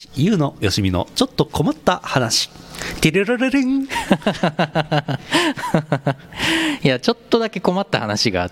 ゆうのよしみのちょっと困った話。テレレレレン。 いやちょっとだけ困った話があって、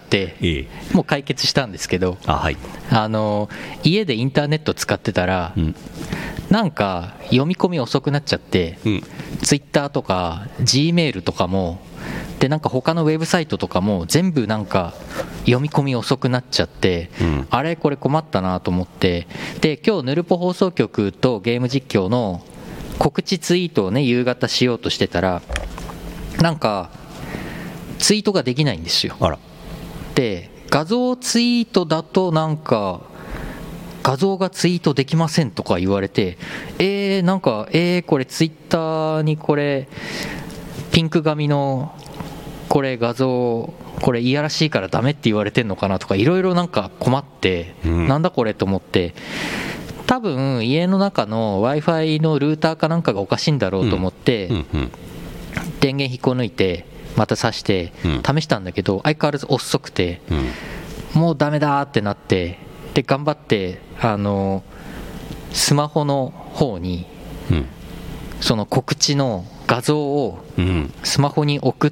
もう解決したんですけど、 はい、 家でインターネット使ってたら、なんか読み込み遅くなっちゃって、ツイッターとか G メールとかもで、なんか他のウェブサイトとかも全部なんか読み込み遅くなっちゃって、あれこれ困ったなと思って、で今日ヌルポ放送局とゲーム実況の告知ツイートをね夕方しようとしてたら、なんかツイートができないんですよ。 あら。 で画像ツイートだとなんか画像がツイートできませんとか言われて、なんかこれツイッターにこれピンク髪のこれ画像これいやらしいからダメって言われてんのかなとか、いろいろなんか困って、なんだこれと思って、多分家の中の Wi-Fi のルーターかなんかがおかしいんだろうと思って、電源引っこ抜いてまた挿して試したんだけど、相変わらず遅くて、もうダメだってなって、で頑張ってスマホの方にその告知の画像をスマホに送って、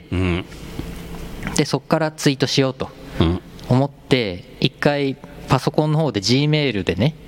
でそっからツイートしようと思って一回パソコンの方で G メールでね、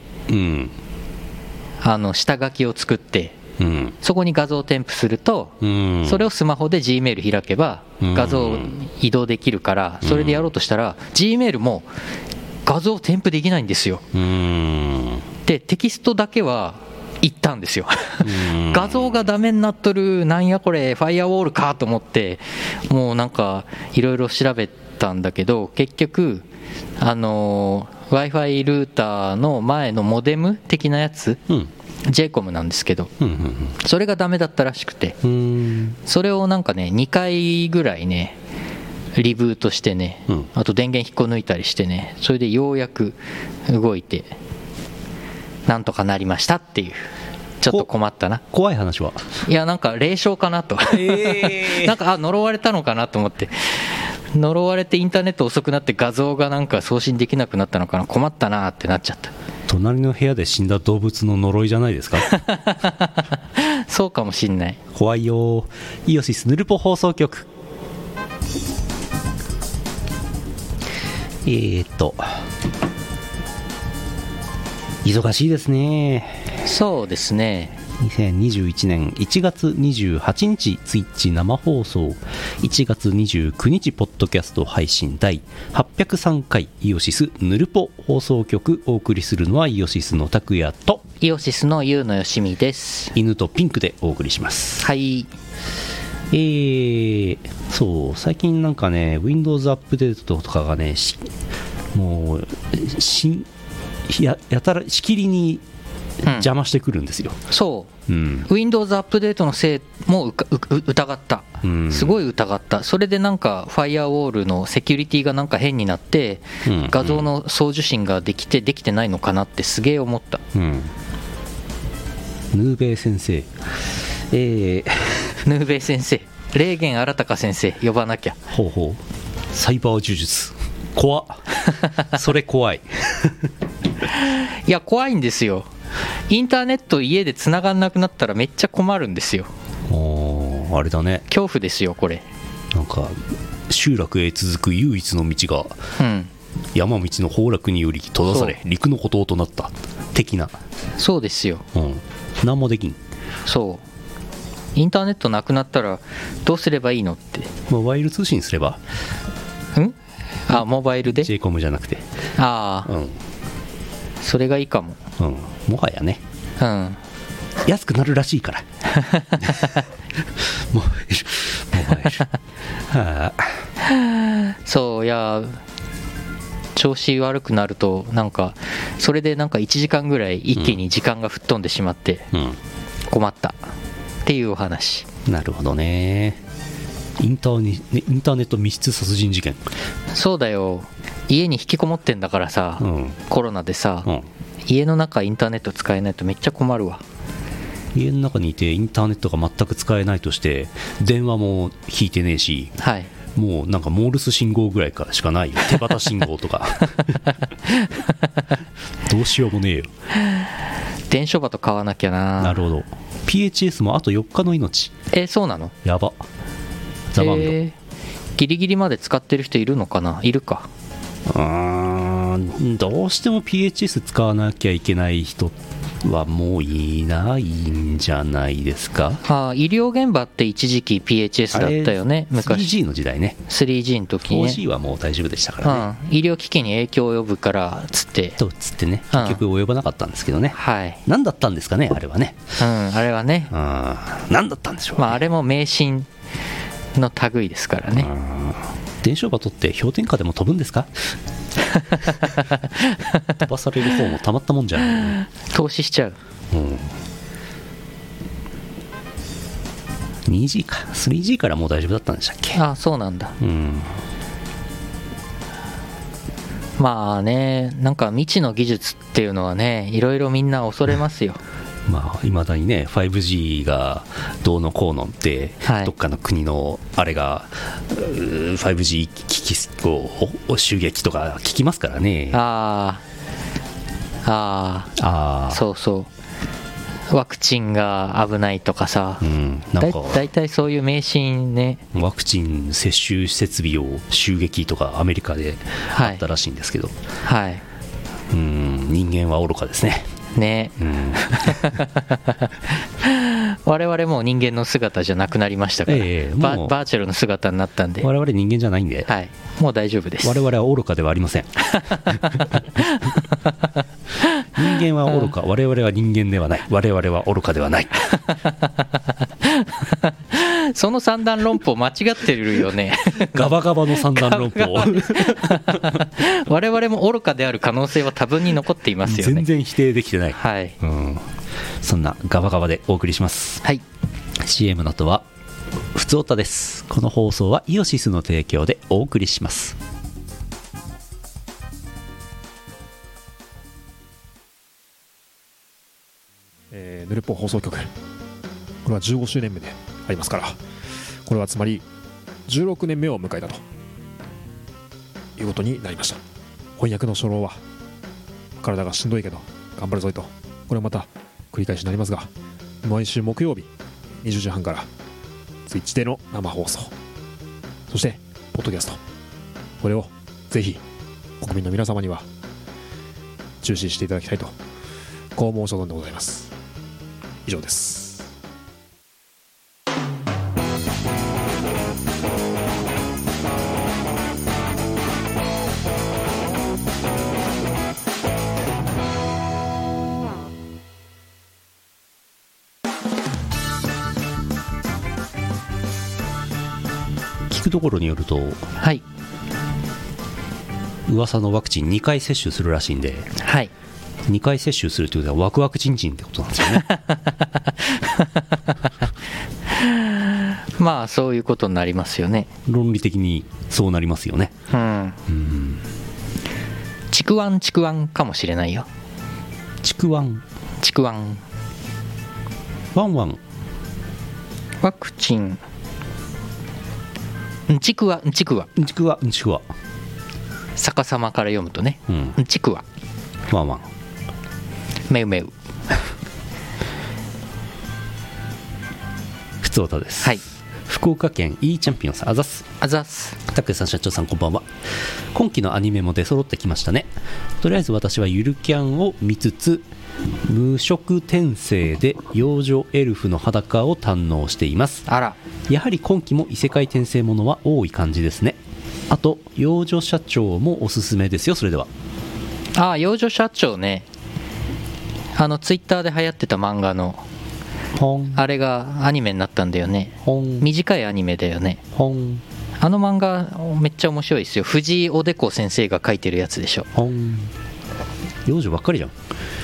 下書きを作って、そこに画像を添付すると、それをスマホで G メール開けば画像移動できるから、それでやろうとしたら G メールも画像添付できないんですよ。でテキストだけは行ったんですよ。画像がダメになっとる、なんやこれファイアウォールかと思って、もうなんかいろいろ調べたんだけど、結局Wi-Fi ルーターの前のモデム的なやつ、JCOM なんですけど、それがダメだったらしくて、それをなんかね2回ぐらいねリブートしてね、あと電源引っこ抜いたりしてね、それでようやく動いてなんとかなりましたっていう。ちょっと困ったな。 怖い話は、 いやなんか霊障かなと、なんか呪われたのかなと思って、呪われてインターネット遅くなって画像がなんか送信できなくなったのかな、困ったなってなっちゃった。 隣の部屋で死んだ動物の呪いじゃないですか。 そうかもしんない。 怖いよ。イオシスヌルポ放送局。忙しいですね。 そうですね。 2021年1月28日ツイッチ生放送、1月29日ポッドキャスト配信第803回イオシスヌルポ放送局。お送りするのはイオシスの拓也とイオシスのゆうのよしみです。 犬とピンクでお送りします。 はい。 そう最近なんかね Windows アップデートとかがねもうやたらしきりに邪魔してくるんですよ。 そう、Windows アップデートのせいも疑った、すごい疑った。それでなんかファイアウォールのセキュリティがなんか変になって、画像の送受信ができてないのかなってすげえ思った。 ヌーベイ先生、 ヌーベイ先生、霊源新高先生呼ばなきゃ。 ほうほう。サイバー呪術怖っ。それ怖い。 いや怖いんですよ。インターネット家で繋がんなくなったらめっちゃ困るんですよ。 あれだね、 恐怖ですよこれ。 なんか集落へ続く唯一の道が、山道の崩落により閉ざされ陸の孤島となった的な。 そうですよ、 何もできん。 そうインターネットなくなったらどうすればいいのって。 モバイル通信すれば。 モバイルで JCOM じゃなくて。 それがいいかも。 もはやね、安くなるらしいから。モバイルそういや調子悪くなるとなんかそれでなんか1時間ぐらい一気に時間が吹っ飛んでしまって困ったっていうお話。 なるほどね。インターネット密室殺人事件。 そうだよ。家に引きこもってんだからさ、コロナでさ、家の中インターネット使えないとめっちゃ困るわ。 家の中にいてインターネットが全く使えないとして電話も引いてねえし、もうなんかモールス信号ぐらいしかないよ。手旗信号とか。どうしようもねえよ。 伝書鳩買わなきゃな。 なるほど。 PHS もあと4日の命。 そうなの？ やば。ザバミロ。 ギリギリまで使ってる人いるのかな？いるか。 どうしても PHS 使わなきゃいけない人はもういないんじゃないですか。 医療現場って一時期 PHS だったよね、昔。 3G の時代ね。 3G の時にね。 4G はもう大丈夫でしたからね。 医療機器に影響を及ぶからつってね、結局及ばなかったんですけどね。 はい。 何だったんですかね、あれはね。 あれはね。 何だったんでしょうね。 あれも迷信の類ですからね。 伝書鳩って氷点下でも飛ぶんですか？飛ばされる方もたまったもんじゃない。 投資しちゃう。 2G か 3G からもう大丈夫だったんでしたっけ？ そうなんだ。まあね、なんか未知の技術っていうのはね、いろいろみんな恐れますよ。 いまだにね 5G がどうのこうのって、どっかの国のあれが 5G 機器を襲撃とか聞きますからね。そうそう、ワクチンが危ないとかさ、なんかだいたいそういう迷信ね。 ワクチン接種設備を襲撃とかアメリカであったらしいんですけど、人間は愚かですね。我々もう人間の姿じゃなくなりましたから、バーチャルの姿になったんで、 我々人間じゃないんで、 もう大丈夫です。 我々は愚かではありません。人間は愚か、我々は人間ではない、我々は愚かではない。 その三段論法間違ってるよね。 ガバガバの三段論法。 我々も愚かである可能性は多分に残っていますよね。 全然否定できてない。そんなガバガバでお送りします。CM の後はふつおたです。この放送はイオシスの提供でお送りします。 ヌルポ放送局、これは15周年目でありますから、これはつまり16年目を迎えたということになりました。翻訳の初老は体がしんどいけど頑張るぞいと、これはまた繰り返しになりますが、毎週木曜日20時半からツイッチでの生放送、そしてポッドキャスト、これをぜひ国民の皆様には注視していただきたいと、こう申し上げでございます。以上です。 聞くところによると、噂のワクチン2回接種するらしいんで、2回接種するということはワクワクチンチンってことなんですよね。 まあそういうことになりますよね。 論理的にそうなりますよね。 ちくわんちくわんかもしれないよ。 ちくわんちくわんワンワンワクチンんちくわんちくわんちくわんちくわ、 逆さまから読むとね、んちくわワンワンめうめう。 ふつおたです。福岡県 E チャンピオンさん、あざすあざす。 拓也さん、社長さん、こんばんは。今期のアニメも出揃ってきましたね。とりあえず私はゆるキャンを見つつ、無色転生で幼女エルフの裸を堪能しています。 あら、 やはり今期も異世界転生ものは多い感じですね。あと幼女社長もおすすめですよ。それでは。 幼女社長ね、ツイッターで流行ってた漫画のあれがアニメになったんだよね。短いアニメだよね。あの漫画めっちゃ面白いですよ。藤井おでこ先生が書いてるやつでしょ。 幼女ばっかりじゃん。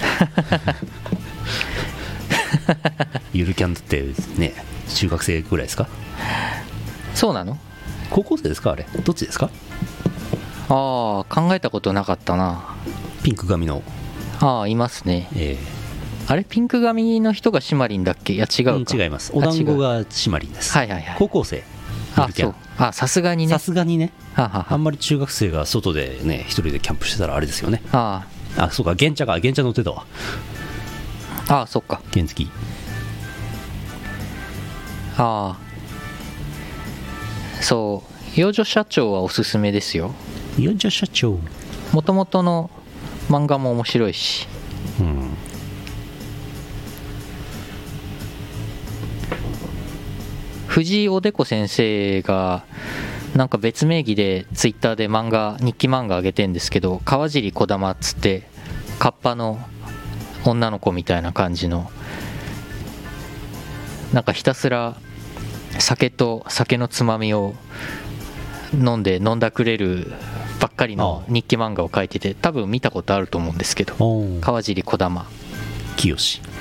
ゆるキャンってね、中学生ぐらいですか？ そうなの？ 高校生ですか？あれどっちですか？ 考えたことなかったな。 ピンク髪のいますね。あれピンク髪の人がシマリンだっけ？いや違うか、 違います。お団子がシマリンです。高校生。 さすがにね。 さすがにね。あんまり中学生が外でね一人でキャンプしてたらあれですよね。そうか、玄茶乗ってたわ。 ああそっか。 原付。 ああそう幼女社長はおすすめですよ。 幼女社長。 もともとの漫画も面白いし。 うん。 藤井おでこ先生がなんか別名義でツイッターで日記漫画上げてんですけど、川尻小玉っつってカッパの女の子みたいな感じの、なんかひたすら酒のつまみを飲んだくれるばっかりの日記漫画を書いてて、多分見たことあると思うんですけど、川尻小玉清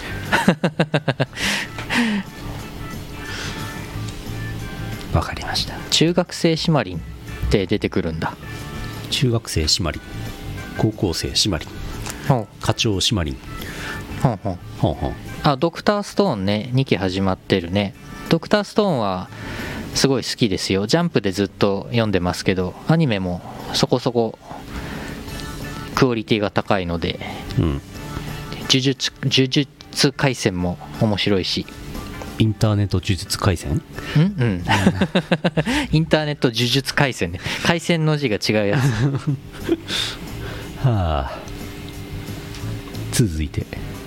わかりました。 中学生シマリンって出てくるんだ。 中学生シマリン、高校生シマリン、課長シマリン。 ほんほんほんほん。 あ、ドクターストーンね、2期始まってるね。ドクターストーンはすごい好きですよ。ジャンプでずっと読んでますけど、アニメもそこそこクオリティが高いので、 うん、 呪術廻戦も面白いし。 インターネット呪術廻戦？ うんインターネット呪術廻戦ね。廻戦の字が違うやつはあ。続いて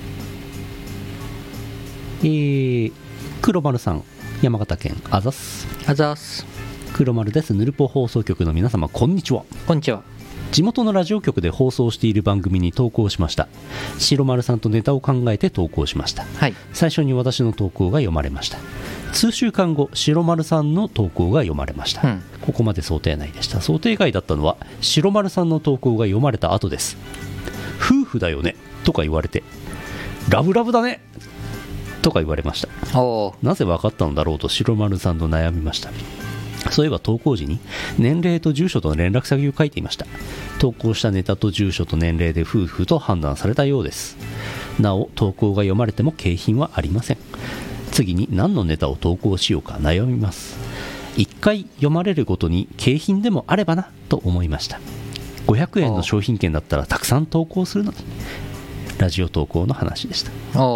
黒丸さん、山形県あざす。 あざす。 黒丸です。ヌルポ放送局の皆様、こんにちは。 こんにちは。 地元のラジオ局で放送している番組に投稿しました。白丸さんとネタを考えて投稿しました。 はい。 最初に私の投稿が読まれました。数週間後、白丸さんの投稿が読まれました、ここまで想定内でした。想定外だったのは白丸さんの投稿が読まれた後です。夫婦だよねとか言われて、ラブラブだねとか言われました。なぜ分かったのだろうと白丸さんと悩みました。そういえば投稿時に年齢と住所と連絡先を書いていました。投稿したネタと住所と年齢で夫婦と判断されたようです。なお投稿が読まれても景品はありません。次に何のネタを投稿しようか悩みます。1回読まれるごとに景品でもあればなと思いました。500円の商品券だったらたくさん投稿するのに。ラジオ投稿の話でした。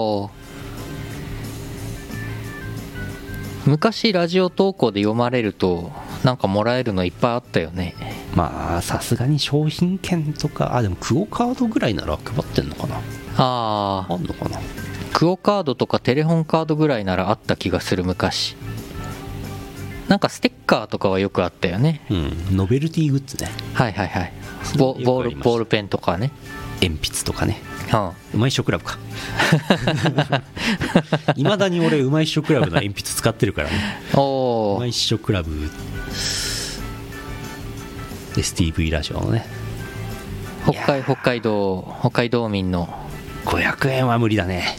昔ラジオ投稿で読まれるとなんかもらえるのいっぱいあったよね。 まあさすがに商品券とか、でもクオカードぐらいなら配ってんのかな。あんのかな。 クオカードとかテレホンカードぐらいならあった気がする。昔なんかステッカーとかはよくあったよね。 ノベルティグッズね。 はいはいはい。ボールペンとかね、 鉛筆とかね。うまいっしょクラブかいまだに俺うまいっしょクラブの鉛筆使ってるからね。うまいっしょクラブ STV ラジオのね。 北海道民の 500円は無理だね。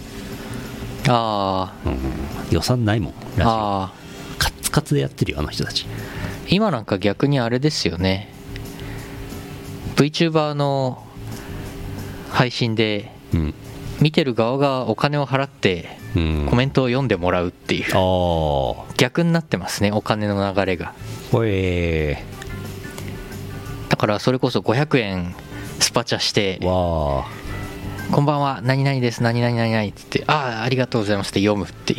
予算ないもん。ラジオカツカツでやってるよあの人たち。 今なんか逆にあれですよね、 VTuber の配信で、見てる側がお金を払ってコメントを読んでもらうっていう、逆になってますね、お金の流れが。だからそれこそ500円スパチャして、こんばんは何々です何々何々って言って、ありがとうございますって読むっていう、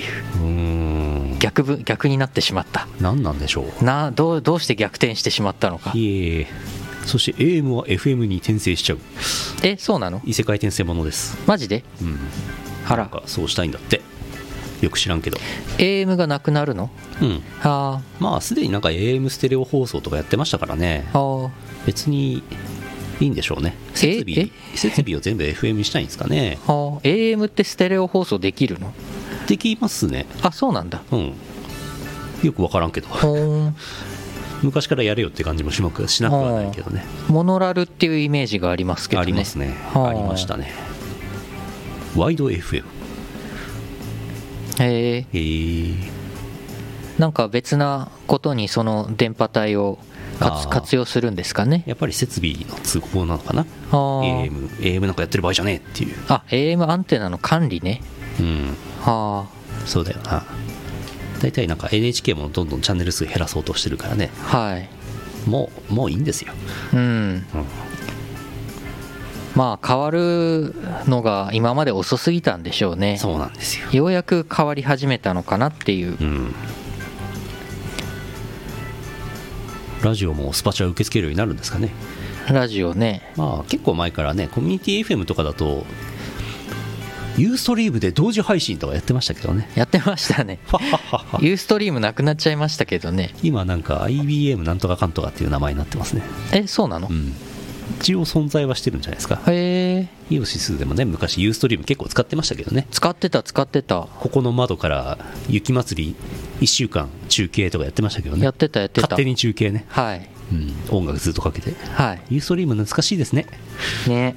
逆になってしまった。 何なんでしょう。 どうして逆転してしまったのか。 そして AM は FM に転生しちゃう。 そうなの。 異世界転生ものです。 マジで。 なんかそうしたいんだって。よく知らんけど AM がなくなるの。 まあすでになんか AM ステレオ放送とかやってましたからね。別にいいんでしょうね。設備を全部 FM にしたいんですかね。 AM ってステレオ放送できるの。 できますね。 そうなんだ。 よく分からんけど昔からやれよって感じもしなくはないけどね。 モノラルっていうイメージがありますけどね。 ありますね。ありましたね。ワイド FM。 なんか別なことにその電波帯を活用するんですかね。 やっぱり設備の都合なのかな。AM なんかやってる場合じゃねえっていう。 AM アンテナの管理ね。 そうだよな。大体なんか NHK もどんどんチャンネル数減らそうとしてるからね。もういいんですよ。 まあ変わるのが今まで遅すぎたんでしょうね。 そうなんですよ。 ようやく変わり始めたのかなっていう。 ラジオもスパチャ受け付けるようになるんですかね。 ラジオね、 まあ結構前からね、コミュニティ FM とかだとユーストリームで同時配信とかやってましたけどね。 やってましたね。ユーストリームなくなっちゃいましたけどね。 今なんか IBM なんとかかんとかっていう名前になってますね。 そうなの？ 一応存在はしてるんじゃないですか。 へえ。 イオシスでもね、昔ユーストリーム結構使ってましたけどね。 使ってた。 ここの窓から雪まつり1週間中継とかやってましたけどね。 やってた。 勝手に中継ね。 はい。 音楽ずっとかけて。 はい。 ユーストリーム懐かしいですね。 ね。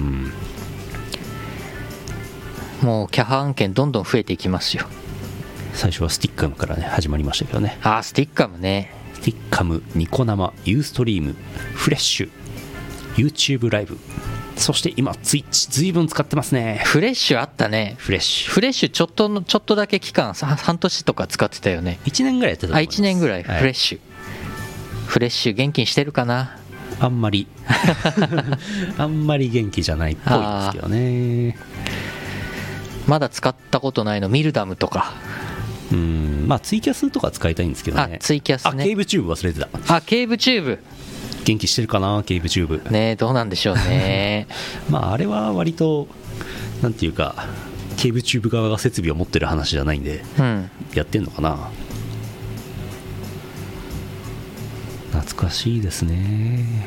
もうキャハ案件どんどん増えていきますよ。 最初はスティッカムからね始まりましたけどね。 スティッカムね。 スティッカム、ニコ生、ユーストリーム、フレッシュ、 YouTube ライブ、そして今ツイッチずいぶん使ってますね。 フレッシュあったね。 フレッシュちょっとだけ期間半年とか使ってたよね。 1年ぐらいやってたと思います。 1年ぐらい。 はい、 フレッシュ元気にしてるかな。 あんまりあんまり元気じゃないっぽいですけどね。 まだ使ったことないのミルダムとか。 まあツイキャスとか使いたいんですけどね。 ツイキャスね。 ケーブチューブ忘れてた。 ケーブチューブ元気してるかな、ケーブチューブね。どうなんでしょうね。 まああれは割となんていうか、ケーブチューブ側が設備を持ってる話じゃないんで、やってんのかな。懐かしいですね。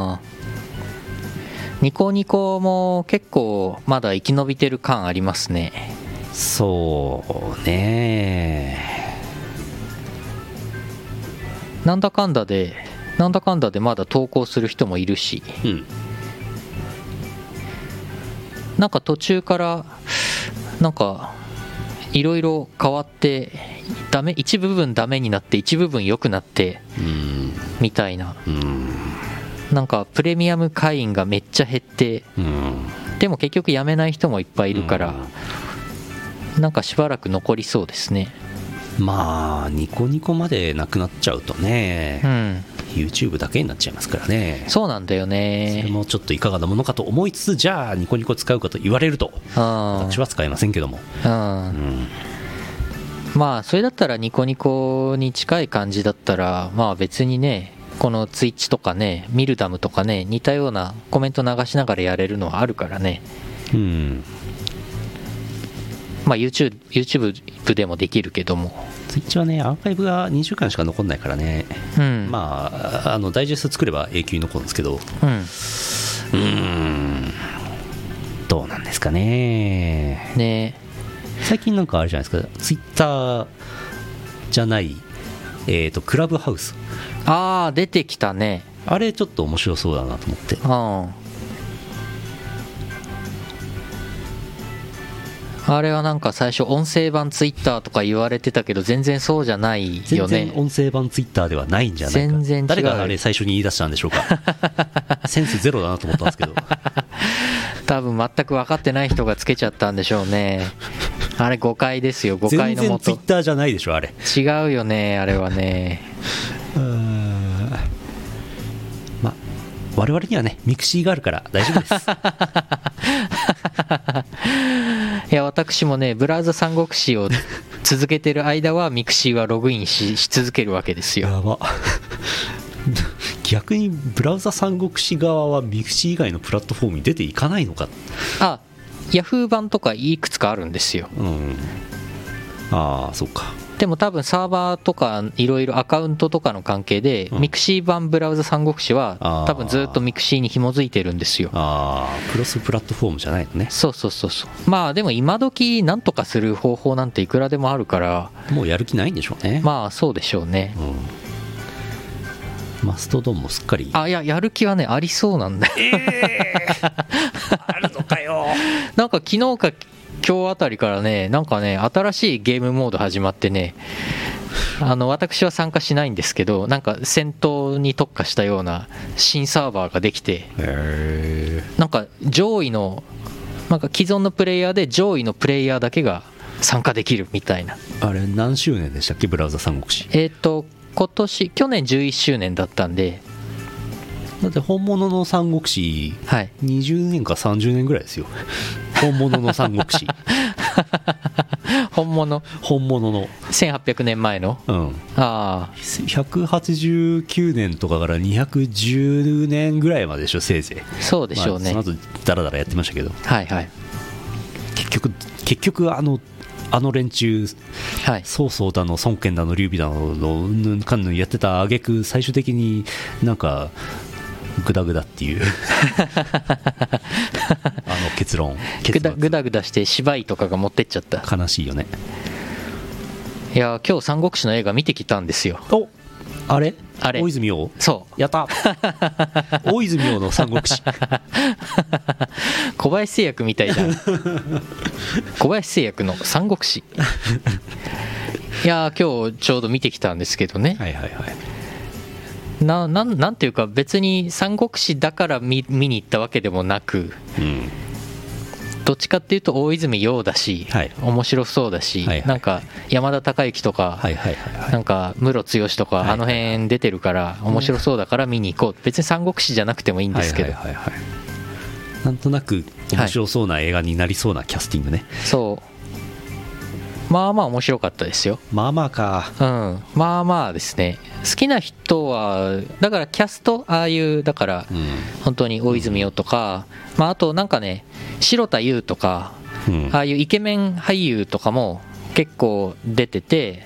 ニコニコも結構まだ生き延びてる感ありますね。 そうね。 なんだかんだでまだ投稿する人もいるし、なんか途中からなんかいろいろ変わって、一部分ダメになって一部分良くなってみたいな。なんかプレミアム会員がめっちゃ減って、でも結局やめない人もいっぱいいるから、なんかしばらく残りそうですね。 まあニコニコまでなくなっちゃうとね、YouTube だけになっちゃいますからね。 そうなんだよね。 それもちょっといかがなものかと思いつつ、じゃあニコニコ使うかと言われると私は使えませんけども、 まあそれだったらニコニコに近い感じだったら、まあ別にね、このツイッチとかね、ミルダムとかね、似たようなコメント流しながらやれるのはあるからね。まあ YouTube でもできるけども、 ツイッチはねアーカイブが2週間しか残んないからね。まあダイジェスト作れば永久に残るんですけど、どうなんですかね。最近なんかあれじゃないですか、ツイッターじゃないクラブハウス、 出てきたね。 あれちょっと面白そうだなと思って。 あれはなんか最初音声版ツイッターとか言われてたけど、全然そうじゃないよね。 全然音声版ツイッターではないんじゃないか。 全然違う。 誰があれ最初に言い出したんでしょうか。センスゼロだなと思ったんですけど、 多分全く分かってない人がつけちゃったんでしょうね。あれ誤解ですよ、誤解のもと。 全然ツイッターじゃないでしょあれ。 違うよね、あれはね。 まあ我々にはねミクシーがあるから大丈夫です。 いや私もね、ブラウザ三国志を続けてる間はミクシーはログイン し続けるわけですよ。 やば。逆にブラウザ三国志側はミクシー以外のプラットフォームに出ていかないのか。 ヤフー版とかいくつかあるんですよ。 そうか。 でも多分サーバーとかいろいろアカウントとかの関係で、ミクシー版ブラウザ三国志は多分ずっとミクシーに紐づいてるんですよ。 クロスプラットフォームじゃないのね。 そう。まあでも今時なんとかする方法なんていくらでもあるから、もうやる気ないんでしょうね。 まあそうでしょうね。 マストドンもすっかり。 いや、やる気はねありそうなんだよ。 あるのかよ。 なんか昨日か今日あたりからね、なんかね新しいゲームモード始まってね、私は参加しないんですけど、なんか戦闘に特化したような新サーバーができて、なんか上位のなんか既存のプレイヤーで上位のプレイヤーだけが参加できるみたいな。 あれ何周年でしたっけ、ブラウザ三国志。 去年11周年だったんで、 だって本物の三国志はい 20年か30年ぐらいですよ。本物の三国志本物本物の 1800年前のああ 189年とかから210年ぐらいまででしょ、せいぜい。 そうでしょうね、 まあ、その後ダラダラやってましたけど、 はいはい結局あの連中、 はい曹操だの孫権だの劉備だのうんぬんかんぬんやってた挙句最終的になんかグダグダっていう結論グダグダして芝居とかが持ってっちゃった。 悲しいよね。 いや今日三国志の映画見てきたんですよ。 おあれ大泉洋そうやった大泉洋の三国志小林製薬みたいじゃん小林製薬の三国志いや今日ちょうど見てきたんですけどね、 はいはいはいなんていうか別に三国志だから見に行ったわけでもなく、どっちかっていうと大泉洋だし、面白そうだし、なんか山田孝之とか、なんかムロツヨシとか、あの辺出てるから面白そうだから見に行こう。別に三国志じゃなくてもいいんですけど、 なんとなく面白そうな映画になりそうなキャスティングね。 そうまあまあ面白かったですよ。 まあまあか。 まあまあですね。好きな人はだからキャストああいうだから本当に大泉洋とか、まああとなんかね城田優とか、ああいうイケメン俳優とかも結構出てて、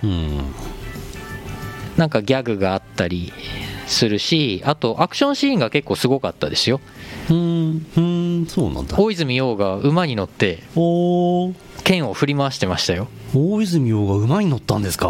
なんかギャグがあったりするし、あとアクションシーンが結構すごかったですよ。 そうなんだ。 大泉洋が馬に乗って剣を振り回してましたよ。 大泉洋が馬に乗ったんですか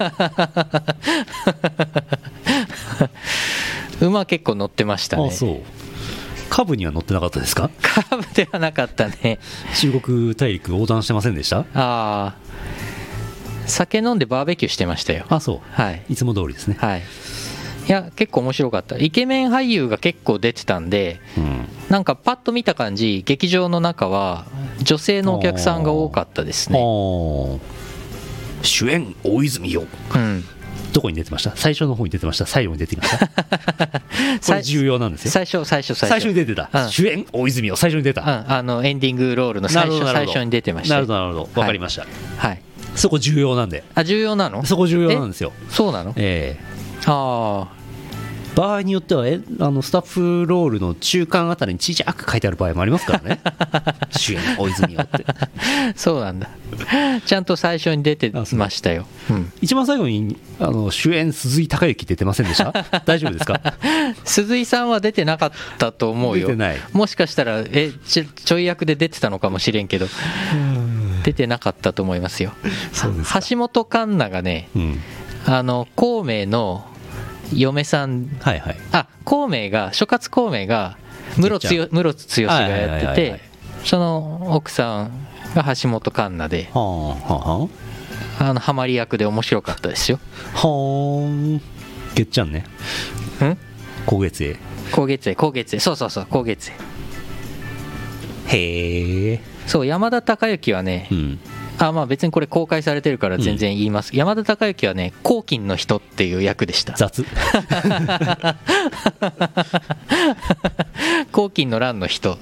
馬結構乗ってましたね。 あ、そう。カブには乗ってなかったですか？ カブではなかったね。 中国大陸横断してませんでした？ ああ、酒飲んでバーベキューしてましたよ。 あ、そう。 はい。 いつも通りですね。 はい。いや結構面白かった。イケメン俳優が結構出てたんで、なんかパッと見た感じ劇場の中は女性のお客さんが多かったですね。 主演大泉洋、どこに出てました？最初の方に出てました？最後に出てきましたこれ重要なんですよ。最初に出てた、主演大泉洋最初に出た、 エンディングロールの最初に出てました。 なるほど分かりました。 はい、 そこ重要なんで。 あ、重要なの？ そこ重要なんですよ。 そうなの？ああ、 場合によってはスタッフロールの中間あたりにちっちゃく書いてある場合もありますからね主演大泉洋ってそうなんだ。ちゃんと最初に出てましたよ。 一番最後に主演鈴井貴之出てませんでした？大丈夫ですか？ 鈴井さんは出てなかったと思うよ。 出てない。 もしかしたらちょい役で出てたのかもしれんけど出てなかったと思いますよ。 そうですか。 橋本環奈がね、孔明の嫁さん、孔明が諸葛孔明が室津剛がやってて、その奥さんが橋本環奈で、ハマり役で面白かったですよ。 げっちゃんね。光月栄、そう光月栄。へえ。そう山田孝之はね、まあ別にこれ公開されてるから全然言います。山田孝之はね、黄金の人っていう役でした。 雑黄金の乱の人。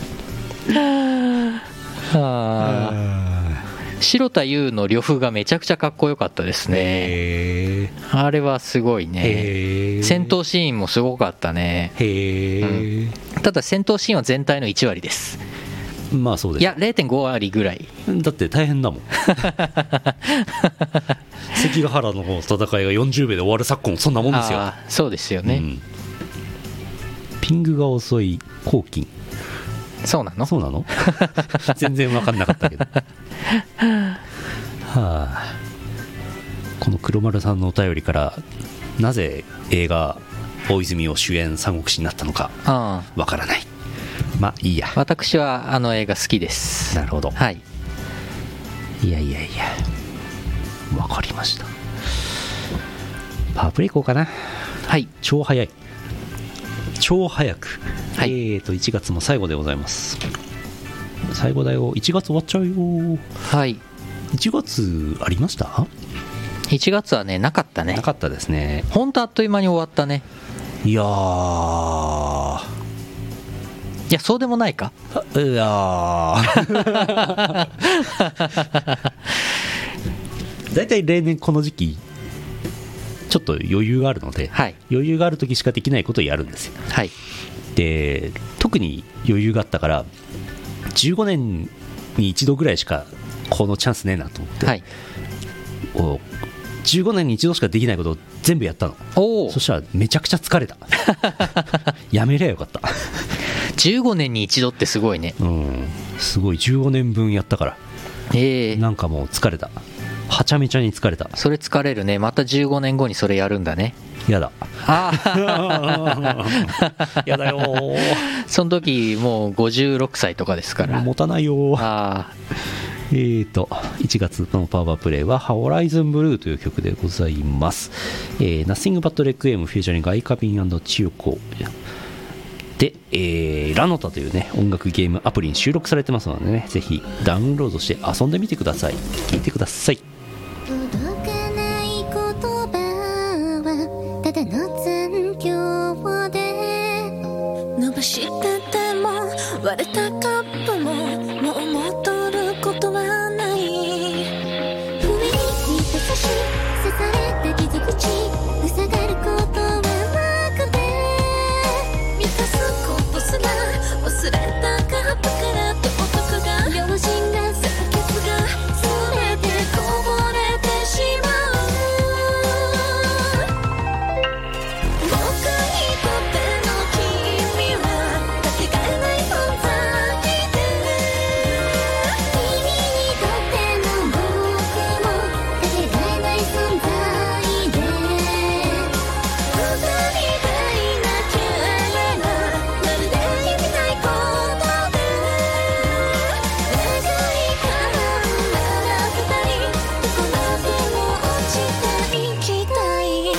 城田優の呂布がめちゃくちゃかっこよかったですね。あれはすごいね。戦闘シーンもすごかったね。ただ戦闘シーンは全体の1割です。 まあそうです。 いや 0.5 割ぐらいだって大変だもん関ヶ原の戦いが40秒で終わる昨今そんなもんですよ。 そうですよね、 ピングが遅い黄金。 そうなの全然分かんなかったけどこの黒丸さんのお便りからなぜ映画大泉洋主演三国志になったのか分からない。まあいいや。 私はあの映画好きです。 なるほど。 はい。 いやわかりました。パワープレイいこうかな。 はい。 超早く、1月も最後でございます。最後だよ。1月終わっちゃうよ。 はい。 1月ありました？ 1月はねなかったね。 なかったですね。 ほんとあっという間に終わったね。 いやー、 いやそうでもないか。 いやーだいたい例年この時期ちょっと余裕があるので、 はい、 余裕がある時しかできないことをやるんですよ。 はい、 で特に余裕があったから15年に一度ぐらいしかこのチャンスねえなと思って、 はい、 15年に一度しかできないことを全部やったの。 お、 そしたらめちゃくちゃ疲れたやめりゃよかった 15年に一度ってすごいね。 うん、すごい15年分やったから、なんかもう疲れた、はちゃめちゃに疲れた。 それ疲れるね。また15年後にそれやるんだね。 やだやだよその時もう56歳とかですから持たないよ。1月のパワープレイはホライズンブルーという曲でございます。Nothing But Requiem フューチャリングアイカビン&チヨコで、ラノタというね音楽ゲームアプリに収録されてますのでね、ぜひダウンロードして遊んでみてください。聴いてください。 届かない言葉はただの残響で、伸ばしてても割れたカップももう戻ることはない。不意に手差し刺された傷口塞がることはなくて、満たすことすら忘れたカップから道徳が用心が清潔が全てこぼれてしまう。僕にとっての君はかけがえない存在で、君にとっての僕もかけがえない存在で、二人でいなければまるで意味ないことで、願いから生まれ二人どこまでも落ちていきたい。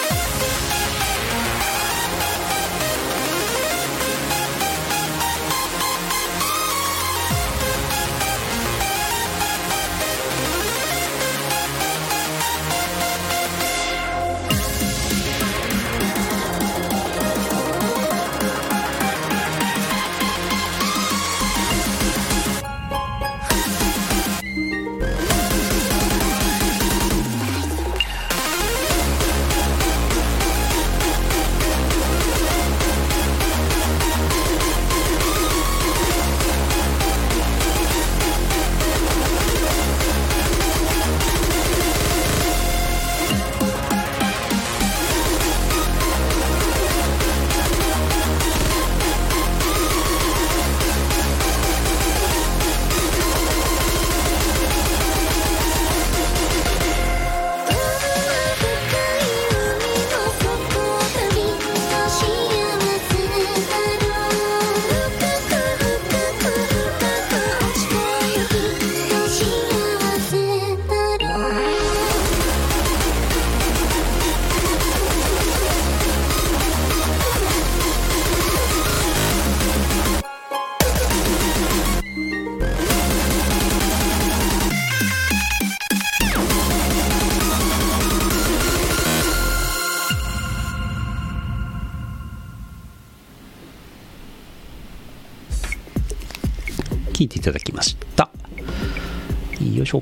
聞いていただきました。よいしょ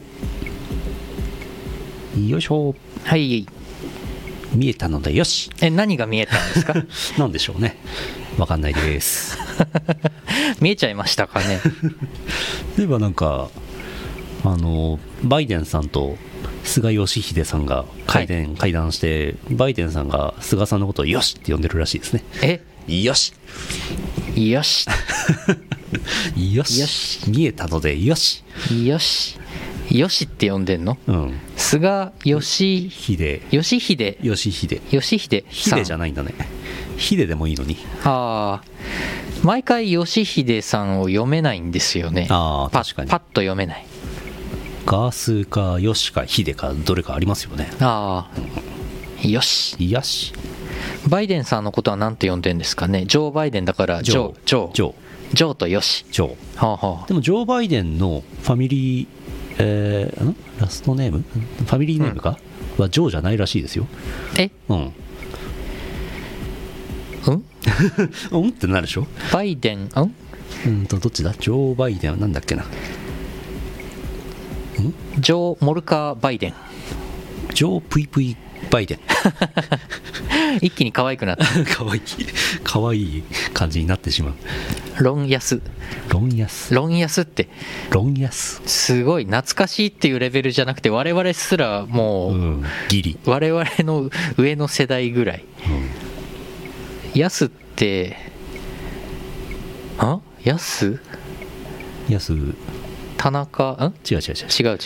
よいしょ。 はい、 見えたのでよし。 何が見えたんですかなんでしょうね、わかんないです見えちゃいましたかね例えばなんかバイデンさんと菅義偉さんが会談して、バイデンさんが菅さんのことをよしって呼んでるらしいですね。よしよしよしよし、 見えたのでよしよしよしって呼んでんの、菅義偉義秀さんじゃないんだね。秀でもいいのに。 毎回義秀さんを読めないんですよね。 確かにパッと読めない。 ガースかヨシかヒデかどれかありますよね。 よしよし。 バイデンさんのことは何て呼んでんですかね。ジョー・バイデンだからジョーとよし。 ジョー。でもジョー・バイデンのファミリー、ラストネームファミリーネームか、はジョーじゃないらしいですよ。 うんってなるでしょ。 バイデンどっちだ、ジョー・バイデンはなんだっけな、 ジョー・モルカー・バイデンジョー・プイプイバイデン一気に可愛くなったかわいいかわいい感じになってしまう。 ロンヤスロンヤスってロンヤス、 すごい懐かしいっていうレベルじゃなくて、我々すらもう、 ギリ、 我々の上の世代ぐらい。ヤスってヤス田中違う違う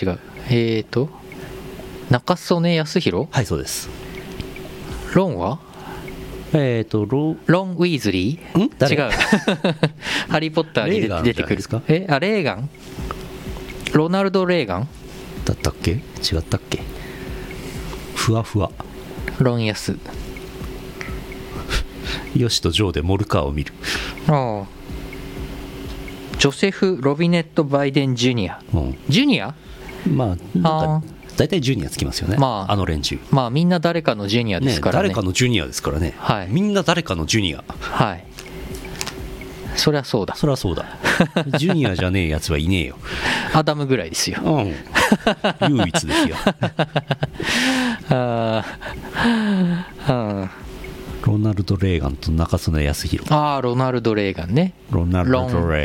中曽根康弘。 はい、そうです。 ロンはロン・ウィーズリー違うハリー・ポッターに出てくる。レーガン、ロナルド・レーガンだったっけ、違ったっけ。ふわふわロンヤスヨシとジョーでモルカーを見る。 ああ、ジョセフ・ロビネット・バイデン・ジュニア、ジュニア、 まあなんか大体ジュニアつきますよね、あの連中。 まあみんな誰かのジュニアですからね。 誰かのジュニアですからね、 はい、 みんな誰かのジュニア。 はい、そりゃそうだ、 そりゃそうだジュニアじゃねえやつはいねえよ。 アダムぐらいですよ。 唯一ですよロナルド・レーガンと中曽根康弘。 ああ、ロナルド・レーガンね。ロナルド・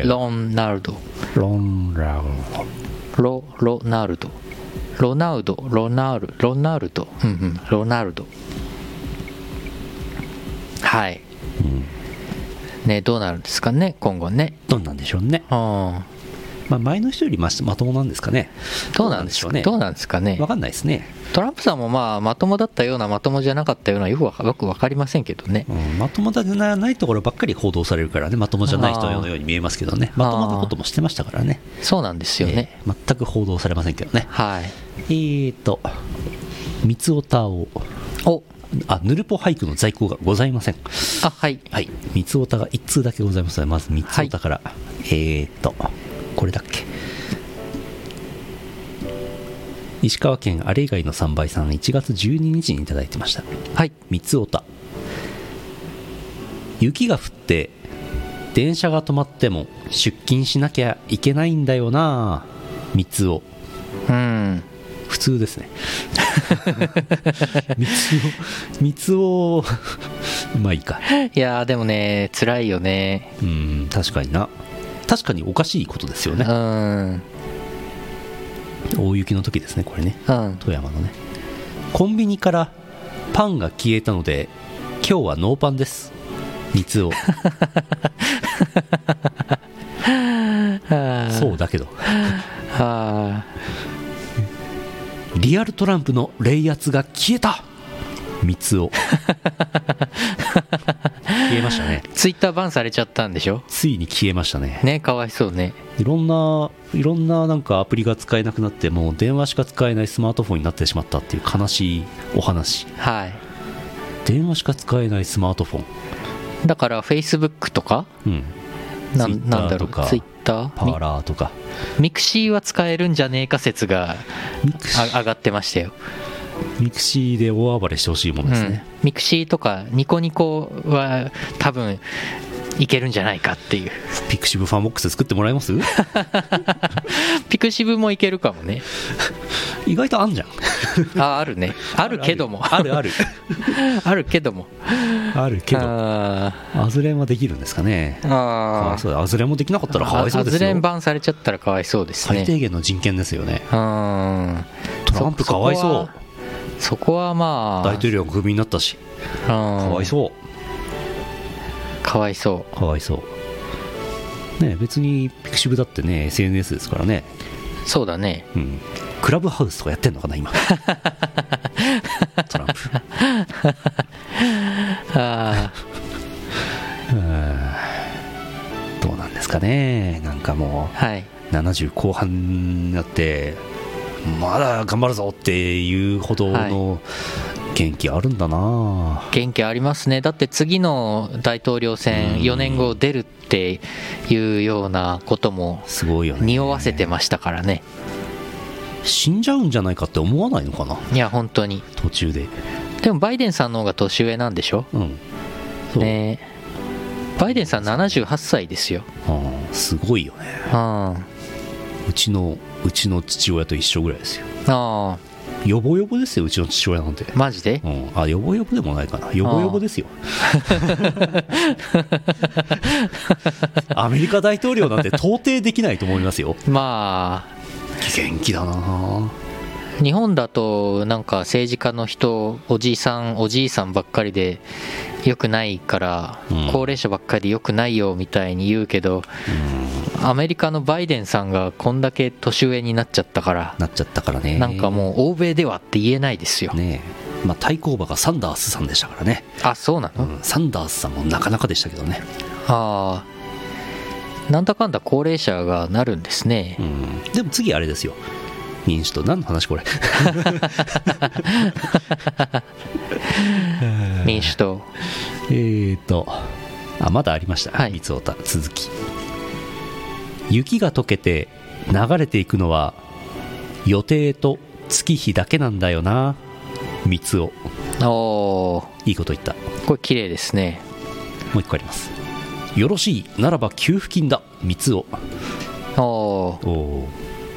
はい、ね、どうなるんですかね今後ね。 どうなんでしょうね。まあ、前の人よりまともなんですかね。 どうなんでしょうね。どうなんですかね。 分かんないですね。 トランプさんもまともだったようなまともじゃなかったようなよく分かりませんけどね、 まともじゃないところばっかり報道されるからね、まともじゃない人のように見えますけどね、まともなこともしてましたからね。 そうなんですよね、 全く報道されませんけどね。 はい。 三つおたをヌルポ俳句の在庫がございません。 はい、 はい、三つおたが1通だけございますので、まず三つおたから、これだっけ。石川県あれ以外の3倍さん、1月12日にいただいてました。 はい、 三つおた。雪が降って電車が止まっても出勤しなきゃいけないんだよな。三つお。普通ですね三つおまあいいか。 いやでもね辛いよね。 確かにな。確かにおかしいことですよね。大雪の時ですねこれね、富山のね。コンビニからパンが消えたので今日はノーパンです。三つおそうだけどリアルトランプの冷圧が消えた。三つお消えましたね。 ツイッターバンされちゃったんでしょ。 ついに消えましたね。 ね、かわいそうね。 いろんななんかアプリが使えなくなって、もう電話しか使えないスマートフォンになってしまったっていう悲しいお話。 はい。 電話しか使えないスマートフォンだからフェイスブックとか、なんだろう、ツイッター、 パーラーとかミクシーは使えるんじゃねえか説が上がってましたよ。 ミクシーで大暴れしてほしいものですね、 ミクシーとかニコニコは多分いけるんじゃないかっていう。 ピクシブファンボックス作ってもらえますピクシブもいけるかもね。 意外とあんじゃんあるね。あるけどもあるあるけどもアズレンはできるんですかね。かわいそうだ。アズレンもできなかったらかわいそうですよ。 アズレンバンされちゃったらかわいそうですね。 最低限の人権ですよね。トランプかわいそう。 そこはまあ大統領がクビになったしかわいそうね。別にピクシブだってね SNS ですからね。 そうだね、 クラブハウスとかやってんのかな今トランプどうなんですかね。なんかもう、70後半になってまだ頑張るぞっていうほどの元気あるんだな。 元気ありますね。だって次の大統領選4年後出るっていうようなこともすごいよね。 匂わせてましたからね。 死んじゃうんじゃないかって思わないのかな。 いや本当に途中で。 でもバイデンさんの方が年上なんでしょ。 そうね。 バイデンさん78歳ですよ。 すごいよね。うちの父親と一緒ぐらいですよ。 あヨボヨボですよ、うちの父親なんて。 マジで？ あ、ヨボヨボでもないかな。ヨボヨボですよ。アメリカ大統領なんて到底できないと思いますよ。 まあ元気だな。 日本だとなんか政治家の人おじいさんばっかりで良くないから、高齢者ばっかりで良くないよみたいに言うけど、アメリカのバイデンさんがこんだけ年上になっちゃったからね。 なんかもう欧米ではって言えないですよね。まあ、対抗馬がサンダースさんでしたからね。 あ、そうなの？ サンダースさんもなかなかでしたけどね。 ああ、なんだかんだ高齢者がなるんですね。 でも次あれですよ、民主党。何の話これ。 民主党。 まだありました。 はい、 三つおた続き。雪が溶けて流れていくのは予定と月日だけなんだよな、三つお。いいこと言った。 これ綺麗ですね。 もう一個あります。よろしいならば給付金だ、三つお。 こ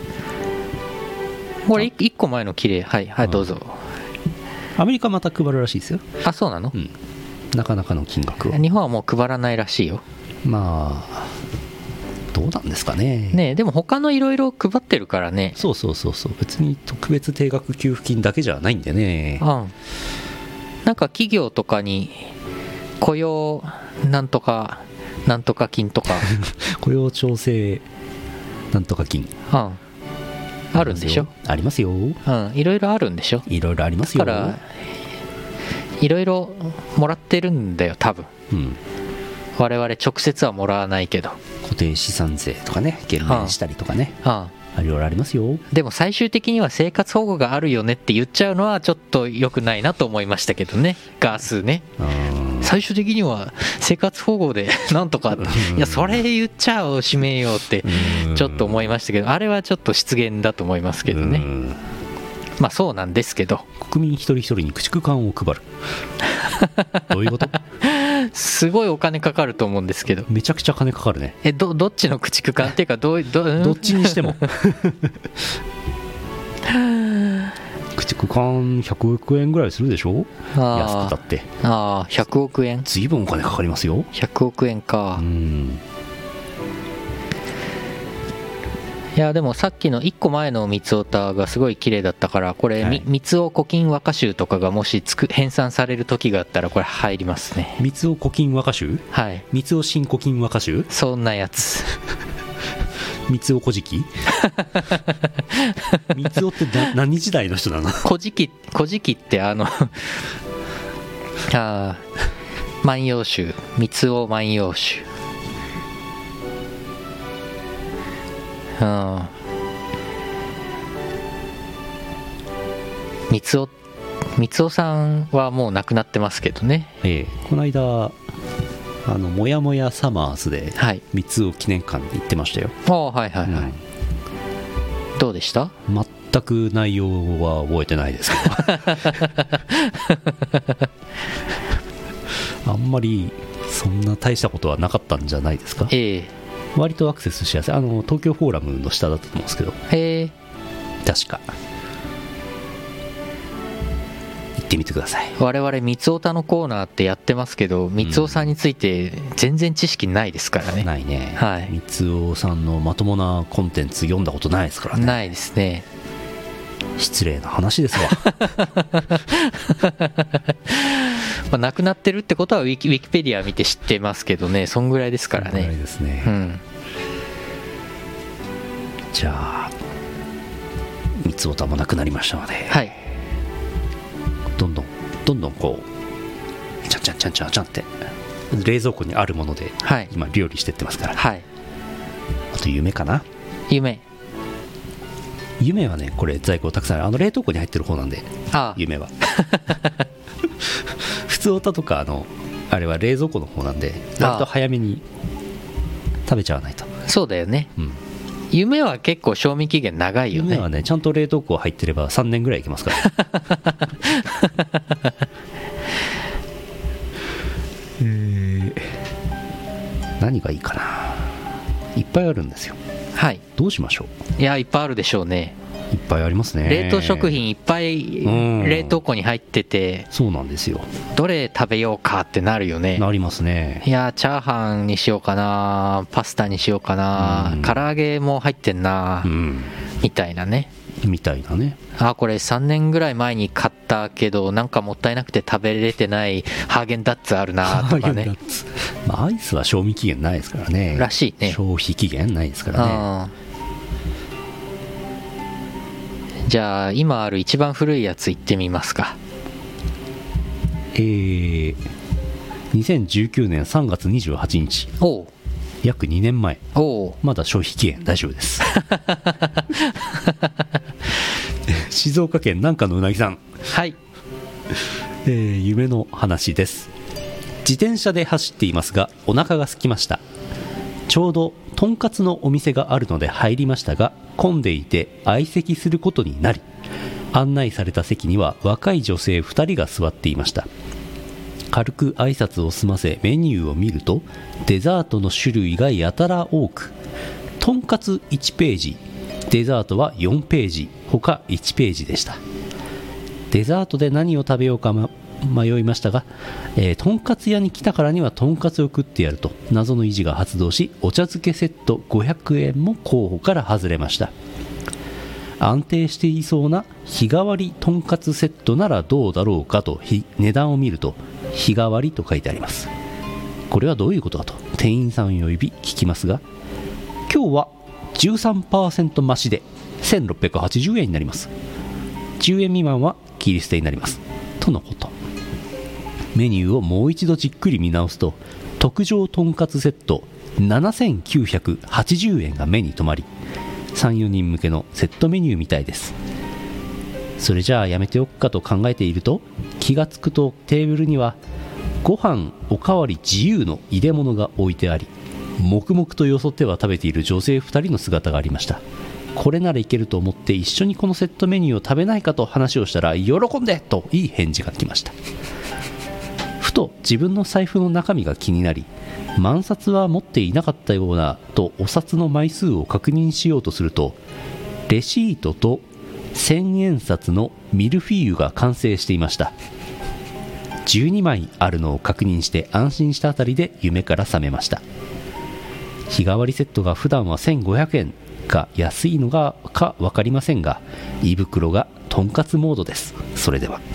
れ1個前の綺麗。はいはい、どうぞ。 アメリカまた配るらしいですよ。 あ、そうなの？ なかなかの金額を。 日本はもう配らないらしいよ。 まあどうなんですかね。 ねえ、でも他のいろいろ配ってるからね。 そう別に特別定額給付金だけじゃないんでね。 なんか企業とかに雇用なんとか金とか雇用調整なんとか金、 あるんでしょ。 ありますよ。 いろいろあるんでしょ。 いろいろありますよ。 だからいろいろもらってるんだよ多分。我々直接はもらわないけど、 固定資産税とかね、減免したりとかね、いろいろありますよ。 でも最終的には生活保護があるよねって言っちゃうのはちょっと良くないなと思いましたけどね。ガースね、最終的には生活保護でなんとか、いやそれ言っちゃおしめようってちょっと思いましたけど、あれはちょっと失言だと思いますけどね。まあそうなんですけど、 国民一人一人に駆逐艦を配る。どういうこと？ すごいお金かかると思うんですけど。 めちゃくちゃ金かかるね。 どっちの駆逐艦っていうかどっちにしても駆逐艦100億円ぐらいするでしょ、安くたって。 100億円、 随分お金かかりますよ。 100億円か。いやでもさっきの1個前の三つおたがすごい綺麗だったから、これ、三つお古今和歌集とかがもし編纂される時があったらこれ入りますね。 三つお古今和歌集。はい。三つお新古今和歌集。 そんなやつ。 三つお古事記。三つおって何時代の人なの？ 古事記って万葉集、三つお万葉集。三つおさんはもう亡くなってますけどね。 この間もやもやサマーズで三つお記念館に行ってましたよ。 どうでした？ 全く内容は覚えてないですけどあんまりそんな大したことはなかったんじゃないですか。割とアクセスしやすい。東京フォーラムの下だったと思うんですけど。確か行ってみてください。 我々三つおたのコーナーってやってますけど、三つおさんについて全然知識ないですからね。 ないね。三つおさんのまともなコンテンツ読んだことないですからね。 ないですね。 失礼な話ですわ。 亡くなってるってことはウィキペディア見て知ってますけどね。そんぐらいですからね。そんぐらいですね。 じゃあ三つおたもなくなりましたので、どんどんこうちゃんって冷蔵庫にあるもので今料理してってますから。あと夢かな。夢はね、これ在庫たくさんある。冷凍庫に入ってる方なんで、夢は普通おたとかあれは冷蔵庫の方なんで、割と早めに食べちゃわないと。 そうだよね。夢は結構賞味期限長いよね。 夢はね、ちゃんと冷凍庫入ってれば3年ぐらいいけますから何がいいかないっぱいあるんですよ。 はい。 どうしましょいや、いっぱいあるでしょうね。 う。いっぱいありますね。 冷凍食品いっぱい冷凍庫に入ってて、 そうなんですよ。 どれ食べようかってなるよね。 なりますね。 いや、チャーハンにしようかな、パスタにしようかな、唐揚げも入ってんな、みたいなね。 みたいなね。 あ、これ3年ぐらい前に買ったけどなんかもったいなくて食べれてないハーゲンダッツあるなとかね。 まあ、アイスは賞味期限ないですからね。 らしいね。 消費期限ないですからね。 じゃあ今ある一番古いやついってみますか。 2019年3月28日。 おう、 約2年前。 おう、 まだ消費期限大丈夫です静岡県南下のうなぎさん。 はい。 夢の話です。自転車で走っていますがお腹が空きました。ちょうどとんかつのお店があるので入りましたが混んでいて相席することになり、案内された席には若い女性2人が座っていました。軽く挨拶を済ませメニューを見るとデザートの種類がやたら多く、とんかつ1ページ、デザートは4ページ、他1ページでした。デザートで何を食べようか迷いましたが、とんかつ屋に来たからにはとんかつを食ってやると謎の意地が発動し、お茶漬けセット500円も候補から外れました。安定していそうな日替わりとんかつセットならどうだろうかと値段を見ると日替わりと書いてあります。これはどういうことだと店員さんを呼び聞きますが、今日は 13% 増しで1680円になります。10円未満は切り捨てになりますとのこと。メニューをもう一度じっくり見直すと特上とんかつセット7980円が目に留まり、 3,4 人向けのセットメニューみたいです。それじゃあやめておくかと考えていると気がつくとテーブルにはご飯おかわり自由の入れ物が置いてあり、黙々とよそっては食べている女性2人の姿がありました。これならいけると思って一緒にこのセットメニューを食べないかと話をしたら喜んでといい返事が来ました。ふと自分の財布の中身が気になり、万札は持っていなかったようなとお札の枚数を確認しようとすると、レシートと1000円札のミルフィーユが完成していました。12枚あるのを確認して安心したあたりで夢から覚めました。日替わりセットが普段は1500円が安いのか分かりませんが、胃袋がとんかつモードです。それでは